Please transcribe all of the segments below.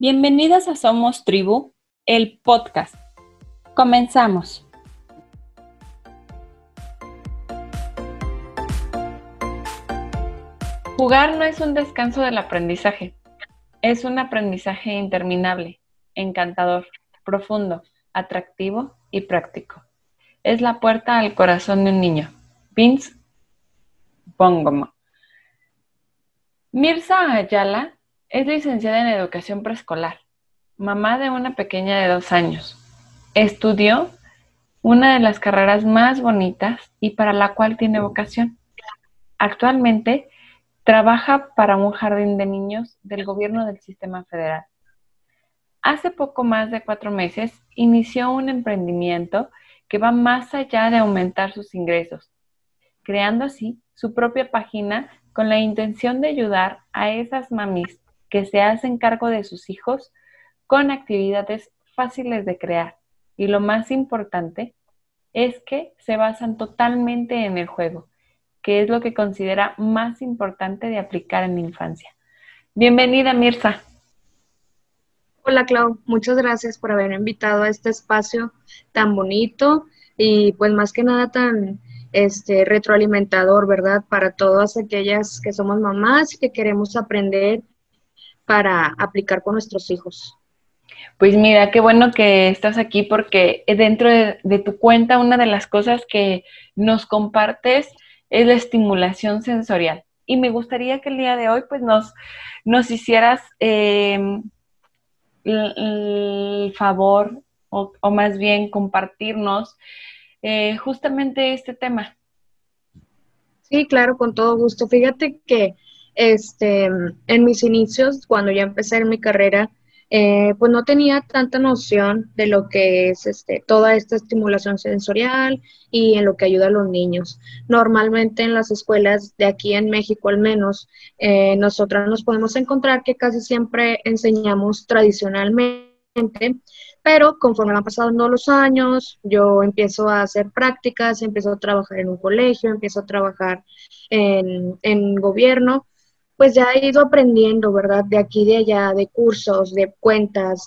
Bienvenidas a Somos Tribu, el podcast. Comenzamos. Jugar no es un descanso del aprendizaje, es un aprendizaje interminable, encantador, profundo, atractivo y práctico. Es la puerta al corazón de un niño. Vince Bongomo. Mirza Ayala es licenciada en educación preescolar, mamá de una pequeña de 2 años. Estudió una de las carreras más bonitas y para la cual tiene vocación. Actualmente trabaja para un jardín de niños del gobierno del Sistema Federal. Hace poco más de 4 meses inició un emprendimiento que va más allá de aumentar sus ingresos, creando así su propia página con la intención de ayudar a esas mamis que se hacen cargo de sus hijos con actividades fáciles de crear. Y lo más importante es que se basan totalmente en el juego, que es lo que considera más importante de aplicar en la infancia. Bienvenida, Mirza. Hola, Clau, muchas gracias por haber invitado a este espacio tan bonito y pues más que nada tan retroalimentador, ¿verdad? Para todas aquellas que somos mamás y que queremos aprender para aplicar con nuestros hijos. Pues mira, qué bueno que estás aquí porque dentro de tu cuenta una de las cosas que nos compartes es la estimulación sensorial. Y me gustaría que el día de hoy pues nos hicieras el favor o más bien compartirnos justamente este tema. Sí, claro, con todo gusto. Fíjate que en mis inicios, cuando ya empecé en mi carrera, pues no tenía tanta noción de lo que es toda esta estimulación sensorial y en lo que ayuda a los niños. Normalmente en las escuelas de aquí en México al menos, nosotras nos podemos encontrar que casi siempre enseñamos tradicionalmente, pero conforme van pasando los años, yo empiezo a hacer prácticas, empiezo a trabajar en un colegio, empiezo a trabajar en gobierno, pues ya he ido aprendiendo, ¿verdad? De aquí, de allá, de cursos, de cuentas,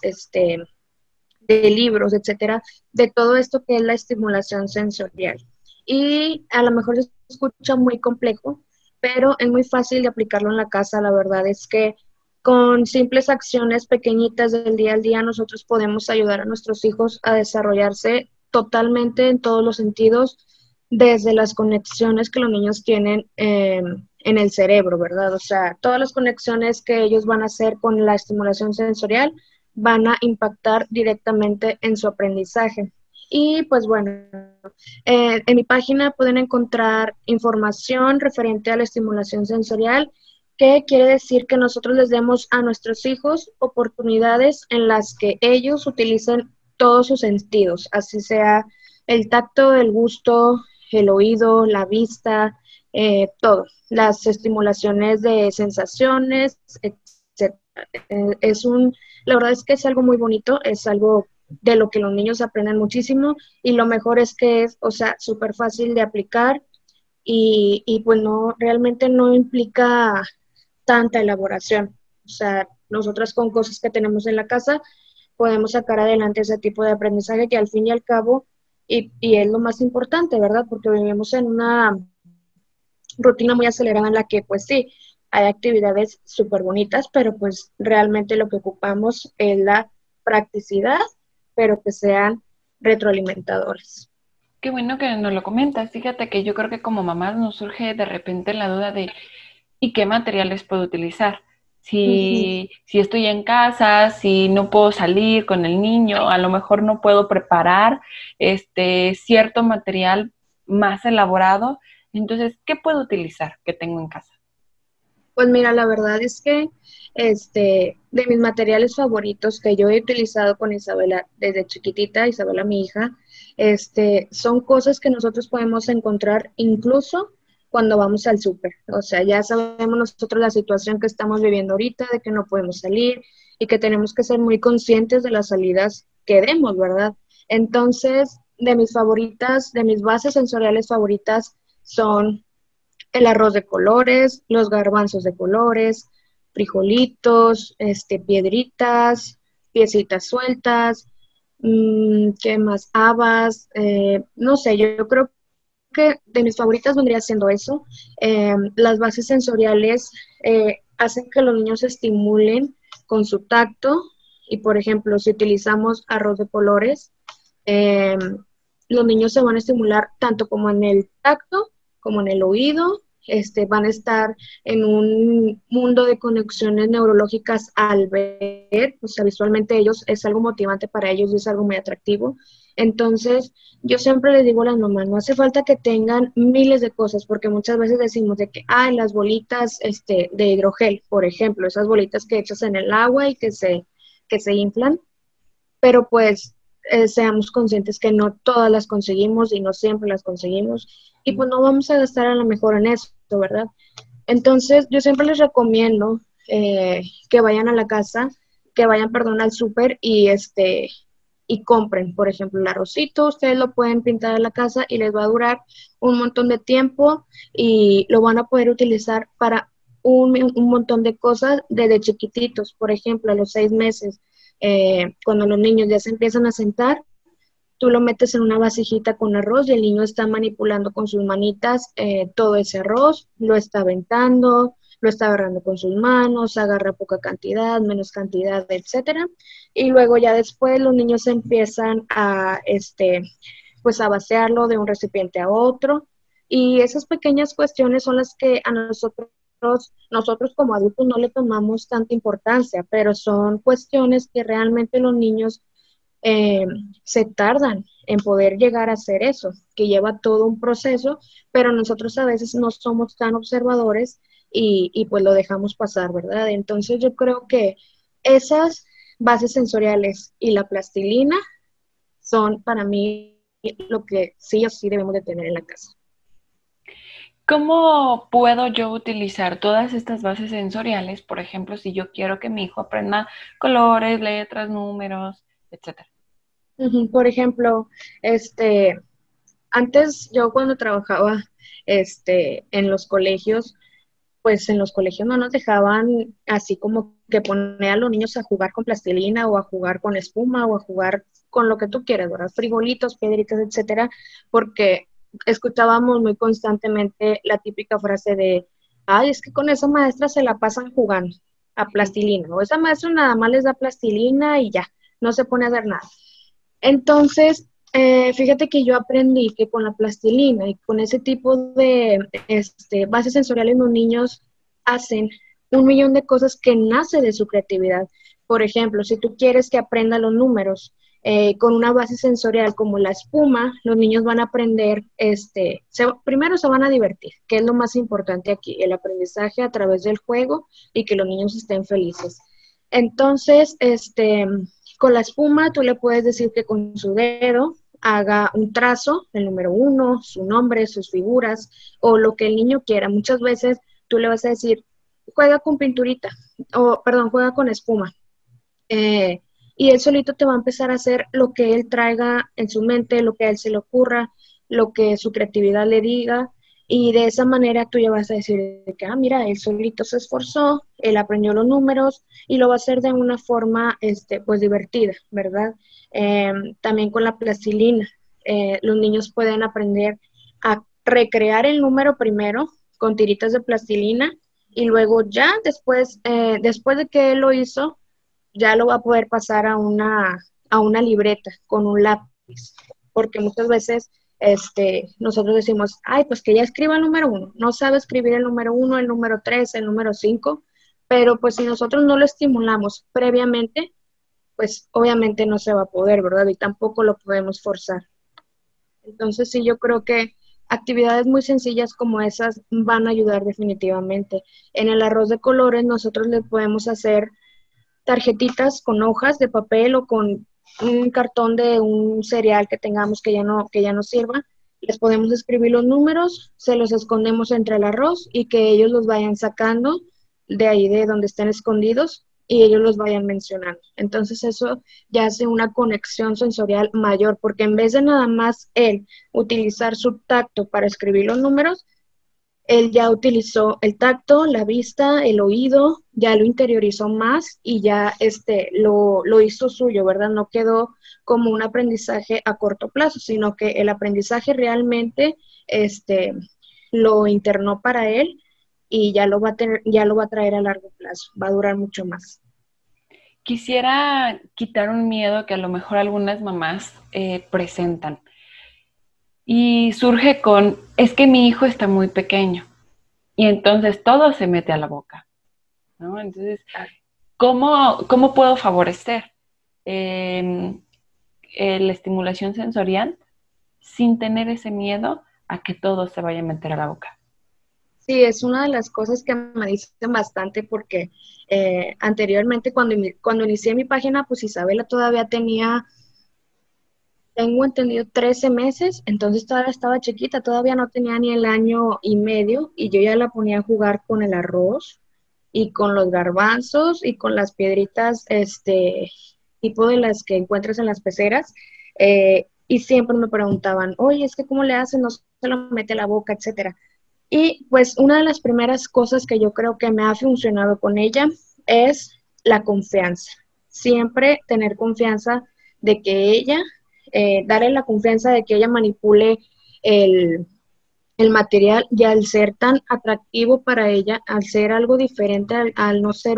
de libros, etcétera, de todo esto que es la estimulación sensorial. Y a lo mejor se escucha muy complejo, pero es muy fácil de aplicarlo en la casa. La verdad es que con simples acciones pequeñitas del día al día nosotros podemos ayudar a nuestros hijos a desarrollarse totalmente en todos los sentidos, desde las conexiones que los niños tienen en el cerebro, ¿verdad? O sea, todas las conexiones que ellos van a hacer con la estimulación sensorial van a impactar directamente en su aprendizaje. Y pues bueno, en mi página pueden encontrar información referente a la estimulación sensorial, que quiere decir que nosotros les demos a nuestros hijos oportunidades en las que ellos utilicen todos sus sentidos, así sea el tacto, el gusto, el oído, la vista, todo, las estimulaciones de sensaciones, etc. Es la verdad es que es algo muy bonito, es algo de lo que los niños aprenden muchísimo y lo mejor es que es, o sea, súper fácil de aplicar y pues no, realmente no implica tanta elaboración. O sea, nosotras con cosas que tenemos en la casa podemos sacar adelante ese tipo de aprendizaje que al fin y al cabo, y es lo más importante, ¿verdad? Porque vivimos en una rutina muy acelerada en la que pues sí, hay actividades súper bonitas, pero pues realmente lo que ocupamos es la practicidad, pero que sean retroalimentadores. Qué bueno que nos lo comentas. Fíjate que yo creo que como mamás nos surge de repente la duda de ¿y qué materiales puedo utilizar? Ujú. Si estoy en casa, si no puedo salir con el niño, a lo mejor no puedo preparar cierto material más elaborado. Entonces, ¿qué puedo utilizar que tengo en casa? Pues mira, la verdad es que de mis materiales favoritos que yo he utilizado con Isabela desde chiquitita, Isabela mi hija, son cosas que nosotros podemos encontrar incluso cuando vamos al súper. O sea, ya sabemos nosotros la situación que estamos viviendo ahorita, de que no podemos salir y que tenemos que ser muy conscientes de las salidas que demos, ¿verdad? Entonces, de mis favoritas, de mis bases sensoriales favoritas son el arroz de colores, los garbanzos de colores, frijolitos, piedritas, piecitas sueltas, ¿qué más? Habas, no sé, yo creo que de mis favoritas vendría siendo eso. Las bases sensoriales hacen que los niños se estimulen con su tacto y, por ejemplo, si utilizamos arroz de colores, eh, los niños se van a estimular tanto como en el tacto como en el oído. Van a estar en un mundo de conexiones neurológicas al ver, o sea, visualmente ellos es algo motivante para ellos y es algo muy atractivo. Entonces, yo siempre les digo a las mamás, no hace falta que tengan miles de cosas, porque muchas veces decimos de que, las bolitas de hidrogel, por ejemplo, esas bolitas que echas en el agua y que se inflan, pero pues seamos conscientes que no todas las conseguimos y no siempre las conseguimos, y pues no vamos a gastar a lo mejor en eso, ¿verdad? Entonces, yo siempre les recomiendo que vayan a la casa, que vayan, perdón, al súper y compren, por ejemplo, el arrocito, ustedes lo pueden pintar en la casa y les va a durar un montón de tiempo y lo van a poder utilizar para un montón de cosas desde chiquititos, por ejemplo, a los 6 meses, cuando los niños ya se empiezan a sentar, tú lo metes en una vasijita con arroz y el niño está manipulando con sus manitas todo ese arroz, lo está aventando, lo está agarrando con sus manos, agarra poca cantidad, menos cantidad, etcétera. Y luego ya después los niños empiezan pues a vaciarlo de un recipiente a otro. Y esas pequeñas cuestiones son las que a nosotros como adultos no le tomamos tanta importancia, pero son cuestiones que realmente los niños eh, se tardan en poder llegar a hacer eso, que lleva todo un proceso, pero nosotros a veces no somos tan observadores y pues lo dejamos pasar, ¿verdad? Entonces yo creo que esas bases sensoriales y la plastilina son para mí lo que sí o sí debemos de tener en la casa. ¿Cómo puedo yo utilizar todas estas bases sensoriales? Por ejemplo, si yo quiero que mi hijo aprenda colores, letras, números, etcétera. Ujú. Por ejemplo, antes yo cuando trabajaba en los colegios, pues en los colegios no nos dejaban así como que poner a los niños a jugar con plastilina o a jugar con espuma o a jugar con lo que tú quieras, ¿verdad? Frijolitos, piedritas, etcétera, porque escuchábamos muy constantemente la típica frase de, ay, es que con esa maestra se la pasan jugando a plastilina, o esa maestra nada más les da plastilina y ya, no se pone a hacer nada. Entonces, fíjate que yo aprendí que con la plastilina y con ese tipo de bases sensoriales los niños hacen un millón de cosas que nace de su creatividad. Por ejemplo, si tú quieres que aprenda los números con una base sensorial como la espuma, los niños van a aprender, primero se van a divertir, que es lo más importante aquí, el aprendizaje a través del juego y que los niños estén felices. Entonces, con la espuma, tú le puedes decir que con su dedo haga un trazo, el número 1, su nombre, sus figuras o lo que el niño quiera. Muchas veces tú le vas a decir, juega con pinturita o, perdón, juega con espuma. Eh, y él solito te va a empezar a hacer lo que él traiga en su mente, lo que a él se le ocurra, lo que su creatividad le diga. Y de esa manera tú ya vas a decir que, mira, él solito se esforzó, él aprendió los números y lo va a hacer de una forma, pues divertida, ¿verdad? También con la plastilina, los niños pueden aprender a recrear el número primero con tiritas de plastilina y luego ya después de que él lo hizo, ya lo va a poder pasar a una libreta con un lápiz, porque muchas veces nosotros decimos, ay, pues que ya escriba el número 1, no sabe escribir el número 1, el número 3, el número 5, pero pues si nosotros no lo estimulamos previamente, pues obviamente no se va a poder, ¿verdad? Y tampoco lo podemos forzar. Entonces sí, yo creo que actividades muy sencillas como esas van a ayudar definitivamente. En el arroz de colores nosotros le podemos hacer tarjetitas con hojas de papel o con un cartón de un cereal que tengamos que ya no sirva. Les podemos escribir los números, se los escondemos entre el arroz y que ellos los vayan sacando de ahí de donde estén escondidos y ellos los vayan mencionando. Entonces eso ya hace una conexión sensorial mayor, porque en vez de nada más él utilizar su tacto para escribir los números, él ya utilizó el tacto, la vista, el oído, ya lo interiorizó más y ya lo hizo suyo, ¿verdad? No quedó como un aprendizaje a corto plazo, sino que el aprendizaje realmente este, lo internó para él y ya lo va a tener, ya lo va a traer a largo plazo, va a durar mucho más. Quisiera quitar un miedo que a lo mejor algunas mamás presentan. Y surge con, es que mi hijo está muy pequeño y entonces todo se mete a la boca, ¿no? Entonces, ¿cómo puedo favorecer eh, la estimulación sensorial sin tener ese miedo a que todo se vaya a meter a la boca? Sí, es una de las cosas que me dicen bastante porque anteriormente cuando inicié mi página, pues Isabela todavía tenía, tengo entendido, 13 meses, entonces todavía estaba chiquita, todavía no tenía ni el año y medio y yo ya la ponía a jugar con el arroz y con los garbanzos y con las piedritas, tipo de las que encuentras en las peceras. Y siempre me preguntaban, oye, es que ¿cómo le hacen? No se lo mete a la boca, etcétera. Y pues una de las primeras cosas que yo creo que me ha funcionado con ella es la confianza. Siempre tener confianza de que ella, darle la confianza de que ella manipule el, el material y al ser tan atractivo para ella, al ser algo diferente, al no ser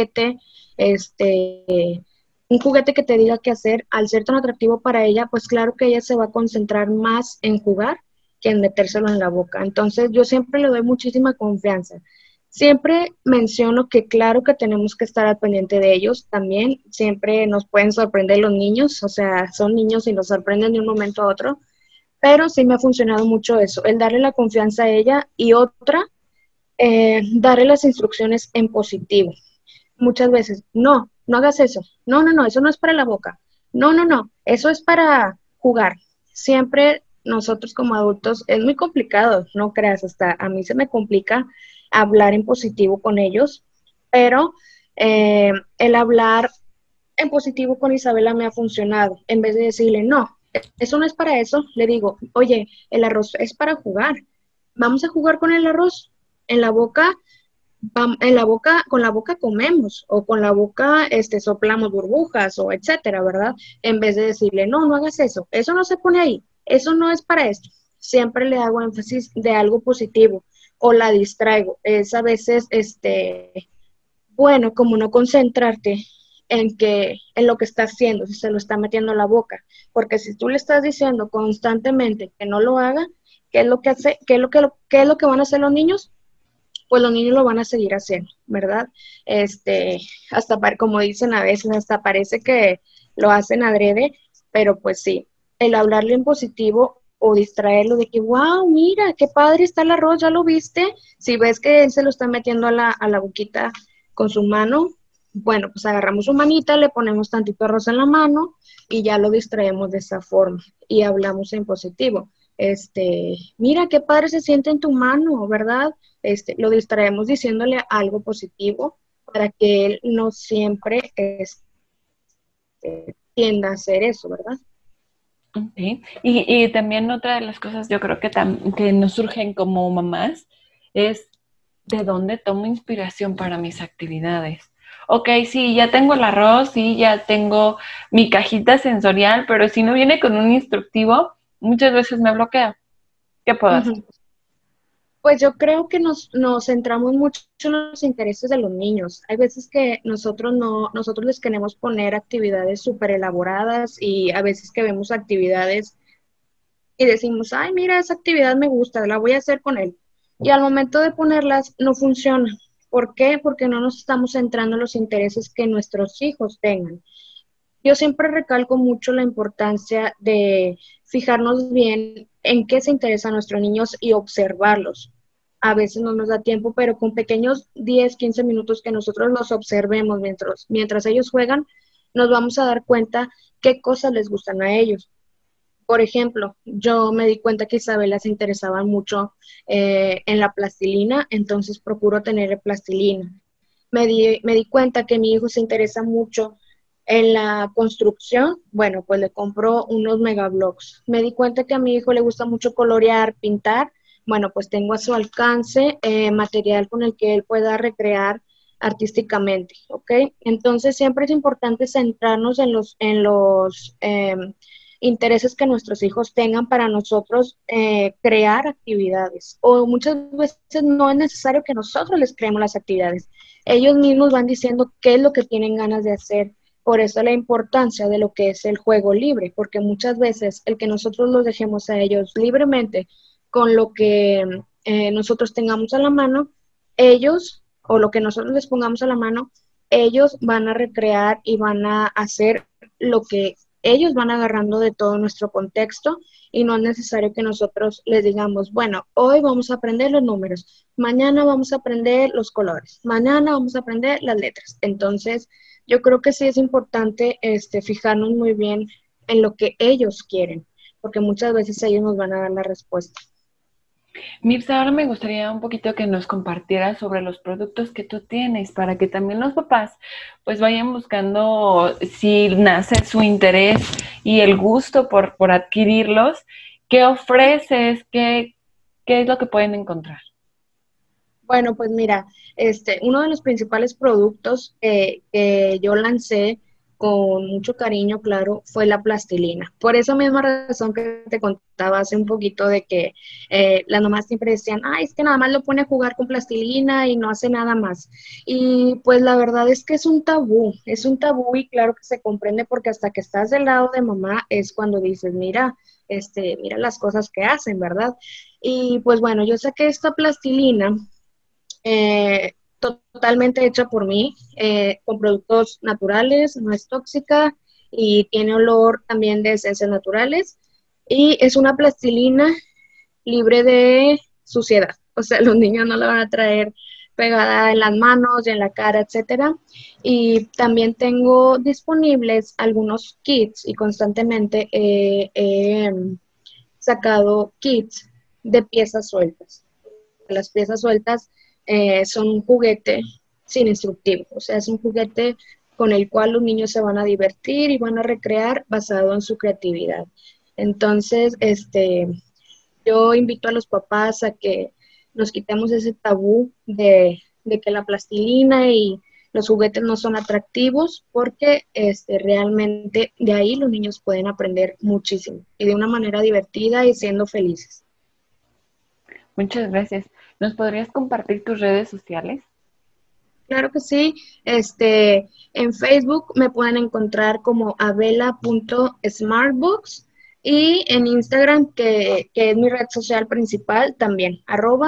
un juguete que te diga qué hacer, al ser tan atractivo para ella, pues claro que ella se va a concentrar más en jugar que en metérselo en la boca. Entonces yo siempre le doy muchísima confianza. Siempre menciono que claro que tenemos que estar al pendiente de ellos también. Siempre nos pueden sorprender los niños, o sea, son niños y nos sorprenden de un momento a otro, pero sí me ha funcionado mucho eso, el darle la confianza a ella y otra, darle las instrucciones en positivo. Muchas veces, no, no hagas eso, no, no, no, eso no es para la boca, no, no, no, eso es para jugar. Siempre nosotros como adultos es muy complicado, no creas, hasta a mí se me complica hablar en positivo con ellos, pero el hablar en positivo con Isabela me ha funcionado. En vez de decirle, no, eso no es para eso, le digo, oye, el arroz es para jugar. Vamos a jugar con el arroz. En la boca, en la boca, con la boca comemos, o con la boca soplamos burbujas, o etcétera, ¿verdad? En vez de decirle, no, no hagas eso no se pone ahí, eso no es para esto. Siempre le hago énfasis de algo positivo, o la distraigo. Es a veces, bueno, como no concentrarte en lo que está haciendo, si se lo está metiendo a la boca, porque si tú le estás diciendo constantemente que no lo haga, ¿qué es lo que hace, qué es lo que van a hacer los niños? Pues los niños lo van a seguir haciendo, ¿verdad? Como dicen a veces, hasta parece que lo hacen adrede, pero pues sí, el hablarle en positivo o distraerlo de que, wow, mira, qué padre está el arroz, ¿ya lo viste? Si ves que él se lo está metiendo a la boquita con su mano, bueno, pues agarramos su manita, le ponemos tantito arroz en la mano y ya lo distraemos de esa forma y hablamos en positivo. Mira qué padre se siente en tu mano, ¿verdad? Lo distraemos diciéndole algo positivo para que él no siempre tienda a hacer eso, ¿verdad? Okay. Y también otra de las cosas yo creo que nos surgen como mamás es de dónde tomo inspiración para mis actividades. Ok, sí, ya tengo el arroz, sí, ya tengo mi cajita sensorial, pero si no viene con un instructivo, muchas veces me bloqueo. ¿Qué puedo hacer? Ujú. Pues yo creo que nos centramos mucho en los intereses de los niños. Hay veces que nosotros les queremos poner actividades súper elaboradas y a veces que vemos actividades y decimos, ay, mira, esa actividad me gusta, la voy a hacer con él. Y al momento de ponerlas no funciona. ¿Por qué? Porque no nos estamos centrando en los intereses que nuestros hijos tengan. Yo siempre recalco mucho la importancia de fijarnos bien en qué se interesan nuestros niños y observarlos. A veces no nos da tiempo, pero con pequeños 10, 15 minutos que nosotros los observemos mientras ellos juegan, nos vamos a dar cuenta qué cosas les gustan a ellos. Por ejemplo, yo me di cuenta que Isabela se interesaba mucho en la plastilina, entonces procuro tener plastilina. Me di cuenta que mi hijo se interesa mucho en la construcción, bueno, pues le compro unos megablocks. Me di cuenta que a mi hijo le gusta mucho colorear, pintar, bueno, pues tengo a su alcance material con el que él pueda recrear artísticamente, ¿ok? Entonces siempre es importante centrarnos en los intereses que nuestros hijos tengan para nosotros crear actividades. O muchas veces no es necesario que nosotros les creemos las actividades. Ellos mismos van diciendo qué es lo que tienen ganas de hacer. Por eso la importancia de lo que es el juego libre, porque muchas veces el que nosotros los dejemos a ellos libremente con lo que nosotros tengamos a la mano, ellos o lo que nosotros les pongamos a la mano, ellos van a recrear y van a hacer lo que ellos van agarrando de todo nuestro contexto y no es necesario que nosotros les digamos, bueno, hoy vamos a aprender los números, mañana vamos a aprender los colores, mañana vamos a aprender las letras. Entonces, yo creo que sí es importante fijarnos muy bien en lo que ellos quieren, porque muchas veces ellos nos van a dar la respuesta. Mirza, ahora me gustaría un poquito que nos compartieras sobre los productos que tú tienes para que también los papás pues vayan buscando si nace su interés y el gusto por adquirirlos, qué ofreces, qué es lo que pueden encontrar. Bueno, pues mira, uno de los principales productos que yo lancé con mucho cariño, claro, fue la plastilina. Por esa misma razón que te contaba hace un poquito de que las mamás siempre decían, ay, es que nada más lo pone a jugar con plastilina y no hace nada más. Y pues la verdad es que es un tabú y claro que se comprende porque hasta que estás del lado de mamá es cuando dices, mira, mira las cosas que hacen, ¿verdad? Y pues bueno, yo saqué esta plastilina totalmente hecha por mí, con productos naturales, no es tóxica y tiene olor también de esencias naturales. Y es una plastilina libre de suciedad. O sea, los niños no la van a traer pegada en las manos y en la cara, etcétera. Y también tengo disponibles algunos kits y constantemente he sacado kits de piezas sueltas. Las piezas sueltas son un juguete sin instructivo, o sea, es un juguete con el cual los niños se van a divertir y van a recrear basado en su creatividad. Entonces, yo invito a los papás a que nos quitemos ese tabú de que la plastilina y los juguetes no son atractivos porque realmente de ahí los niños pueden aprender muchísimo y de una manera divertida y siendo felices. Muchas gracias. ¿Nos podrías compartir tus redes sociales? Claro que sí. En Facebook me pueden encontrar como abela.smartbooks y en Instagram, que es mi red social principal, también,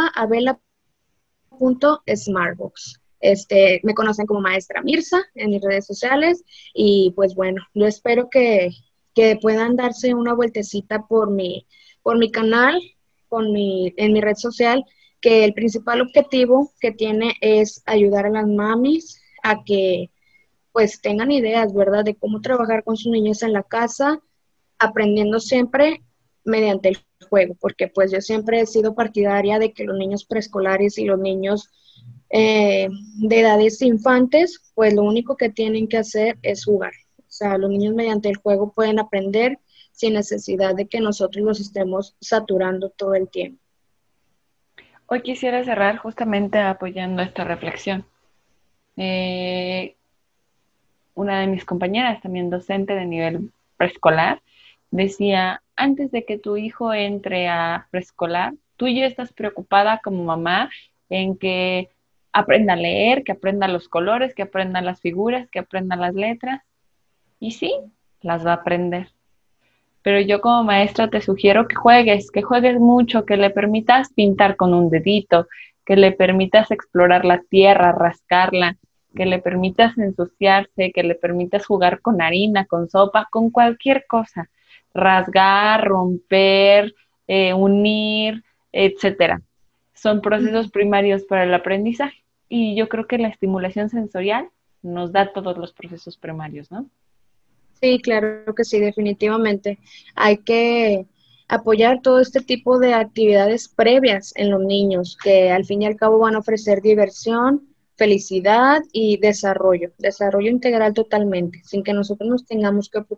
@abela.smartbooks. Me conocen como Maestra Mirza en mis redes sociales y pues bueno, yo espero que puedan darse una vueltecita por mi canal, en mi red social, que el principal objetivo que tiene es ayudar a las mamis a que pues tengan ideas, ¿verdad?, de cómo trabajar con sus niños en la casa, aprendiendo siempre mediante el juego, porque pues yo siempre he sido partidaria de que los niños preescolares y los niños de edades infantes, pues lo único que tienen que hacer es jugar. O sea, los niños mediante el juego pueden aprender sin necesidad de que nosotros los estemos saturando todo el tiempo. Hoy quisiera cerrar justamente apoyando esta reflexión. Eh, una de mis compañeras, también docente de nivel preescolar, decía, antes de que tu hijo entre a preescolar, tú ya estás preocupada como mamá en que aprenda a leer, que aprenda los colores, que aprenda las figuras, que aprenda las letras. Y sí, las va a aprender. Pero yo como maestra te sugiero que juegues mucho, que le permitas pintar con un dedito, que le permitas explorar la tierra, rascarla, que le permitas ensuciarse, que le permitas jugar con harina, con sopa, con cualquier cosa, rasgar, romper, unir, etcétera. Son procesos primarios para el aprendizaje y yo creo que la estimulación sensorial nos da todos los procesos primarios, ¿no? Sí, claro que sí, definitivamente. Hay que apoyar todo este tipo de actividades previas en los niños, que al fin y al cabo van a ofrecer diversión, felicidad y desarrollo integral totalmente, sin que nosotros nos tengamos que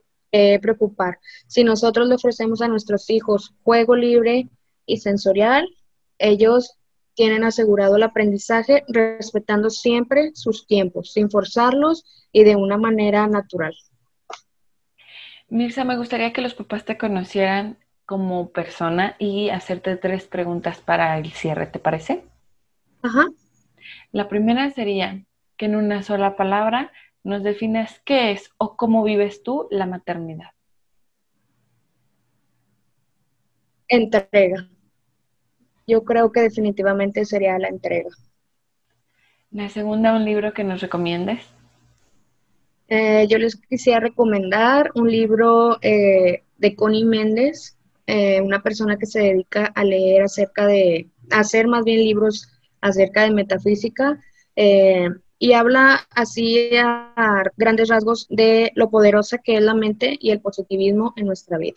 preocupar. Si nosotros le ofrecemos a nuestros hijos juego libre y sensorial, Ellos tienen asegurado el aprendizaje respetando siempre sus tiempos, sin forzarlos y de una manera natural. Mirza, me gustaría que los papás te conocieran como persona y hacerte 3 preguntas para el cierre, ¿te parece? Ajá, La primera sería que en una sola palabra nos definas qué es o cómo vives tú la maternidad. entrega. Yo creo que definitivamente sería la entrega. La segunda, un libro que nos recomiendes. Yo les quisiera recomendar un libro de Connie Méndez, una persona que se dedica a leer a hacer más bien libros acerca de metafísica, y habla así a grandes rasgos de lo poderosa que es la mente y el positivismo en nuestra vida.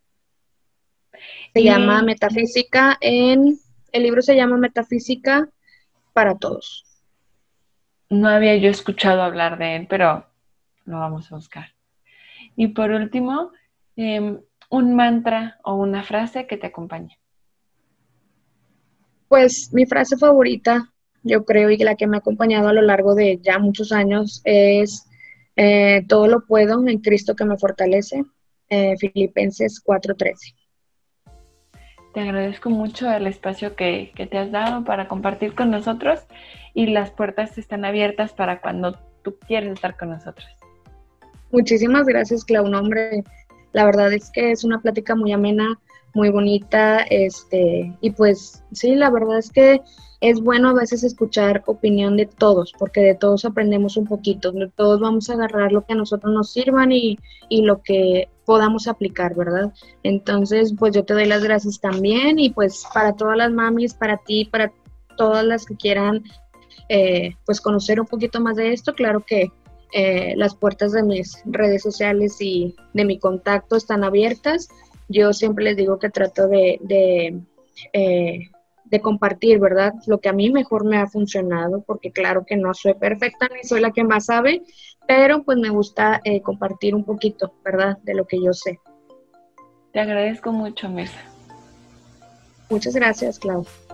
Se llama Y Metafísica el libro se llama Metafísica para Todos. no había yo escuchado hablar de él, pero lo vamos a buscar. Y por último, un mantra o una frase que te acompañe. Pues mi frase favorita, yo creo, y la que me ha acompañado a lo largo de ya muchos años es todo lo puedo en Cristo que me fortalece, Filipenses 4:13. Te agradezco mucho el espacio que te has dado para compartir con nosotros y las puertas están abiertas para cuando tú quieres estar con nosotros. Muchísimas gracias, Clau. No, hombre, la verdad es que es una plática muy amena, muy bonita, y pues sí, la verdad es que es bueno a veces escuchar opinión de todos, porque de todos aprendemos un poquito, de todos vamos a agarrar lo que a nosotros nos sirvan y lo que podamos aplicar, ¿verdad? Entonces, pues yo te doy las gracias también y pues para todas las mamis, para ti, para todas las que quieran pues conocer un poquito más de esto, claro que las puertas de mis redes sociales y de mi contacto están abiertas. Yo siempre les digo que trato de compartir, ¿verdad? Lo que a mí mejor me ha funcionado, porque claro que no soy perfecta ni soy la que más sabe, pero pues me gusta compartir un poquito, ¿verdad? De lo que yo sé. Te agradezco mucho, Mirza. Muchas gracias, Clau.